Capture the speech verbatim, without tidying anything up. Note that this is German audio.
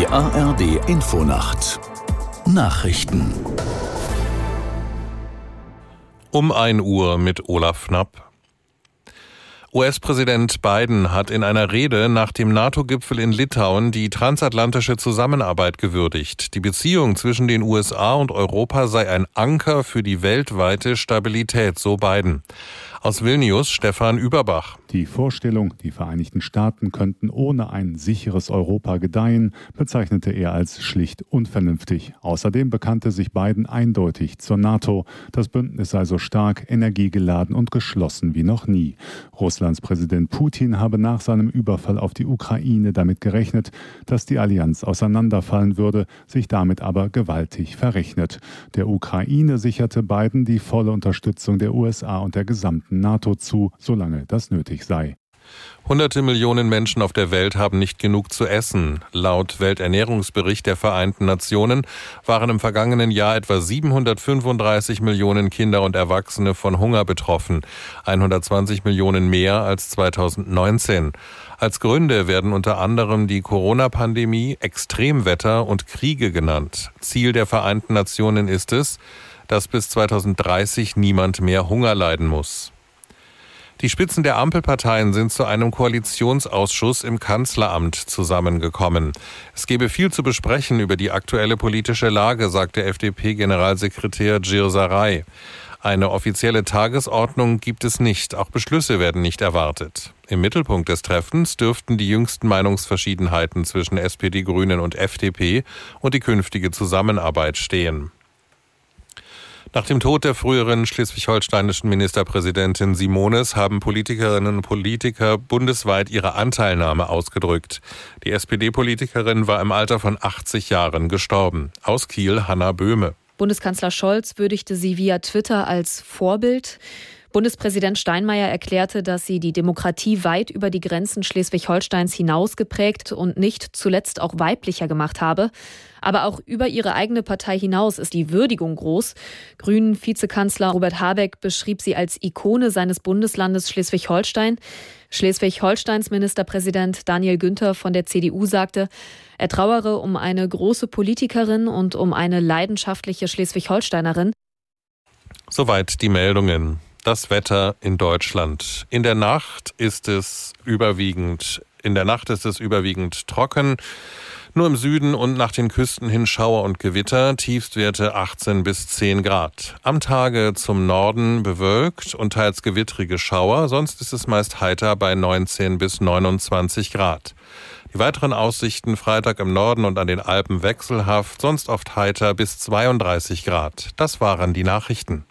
Die A R D-Infonacht Nachrichten. Um ein Uhr mit Olaf Knapp. U S-Präsident Biden hat in einer Rede nach dem NATO-Gipfel in Litauen die transatlantische Zusammenarbeit gewürdigt. Die Beziehung zwischen den U S A und Europa sei ein Anker für die weltweite Stabilität, so Biden. Aus Vilnius Stefan Überbach. Die Vorstellung, die Vereinigten Staaten könnten ohne ein sicheres Europa gedeihen, bezeichnete er als schlicht unvernünftig. Außerdem bekannte sich Biden eindeutig zur NATO. Das Bündnis sei so stark, energiegeladen und geschlossen wie noch nie. Russlands Präsident Putin habe nach seinem Überfall auf die Ukraine damit gerechnet, dass die Allianz auseinanderfallen würde, sich damit aber gewaltig verrechnet. Der Ukraine sicherte Biden die volle Unterstützung der U S A und der gesamten NATO zu, solange das nötig sei. Hunderte Millionen Menschen auf der Welt haben nicht genug zu essen. Laut Welternährungsbericht der Vereinten Nationen waren im vergangenen Jahr etwa siebenhundertfünfunddreißig Millionen Kinder und Erwachsene von Hunger betroffen, hundertzwanzig Millionen mehr als zweitausendneunzehn. Als Gründe werden unter anderem die Corona-Pandemie, Extremwetter und Kriege genannt. Ziel der Vereinten Nationen ist es, dass bis zweitausenddreißig niemand mehr Hunger leiden muss. Die Spitzen der Ampelparteien sind zu einem Koalitionsausschuss im Kanzleramt zusammengekommen. Es gebe viel zu besprechen über die aktuelle politische Lage, sagt der F D P-Generalsekretär Gil Saray. Eine offizielle Tagesordnung gibt es nicht, auch Beschlüsse werden nicht erwartet. Im Mittelpunkt des Treffens dürften die jüngsten Meinungsverschiedenheiten zwischen S P D, Grünen und F D P und die künftige Zusammenarbeit stehen. Nach dem Tod der früheren schleswig-holsteinischen Ministerpräsidentin Simones haben Politikerinnen und Politiker bundesweit ihre Anteilnahme ausgedrückt. Die S P D-Politikerin war im Alter von achtzig Jahren gestorben. Aus Kiel Hanna Böhme. Bundeskanzler Scholz würdigte sie via Twitter als Vorbild. Bundespräsident Steinmeier erklärte, dass sie die Demokratie weit über die Grenzen Schleswig-Holsteins hinaus geprägt und nicht zuletzt auch weiblicher gemacht habe. Aber auch über ihre eigene Partei hinaus ist die Würdigung groß. Grünen-Vizekanzler Robert Habeck beschrieb sie als Ikone seines Bundeslandes Schleswig-Holstein. Schleswig-Holsteins Ministerpräsident Daniel Günther von der C D U sagte, er trauere um eine große Politikerin und um eine leidenschaftliche Schleswig-Holsteinerin. Soweit die Meldungen. Das Wetter in Deutschland. In der Nacht ist es überwiegend, in der Nacht ist es überwiegend trocken. Nur im Süden und nach den Küsten hin Schauer und Gewitter, Tiefstwerte achtzehn bis zehn Grad. Am Tage zum Norden bewölkt und teils gewittrige Schauer, sonst ist es meist heiter bei neunzehn bis neunundzwanzig Grad. Die weiteren Aussichten Freitag im Norden und an den Alpen wechselhaft, sonst oft heiter bis zweiunddreißig Grad. Das waren die Nachrichten.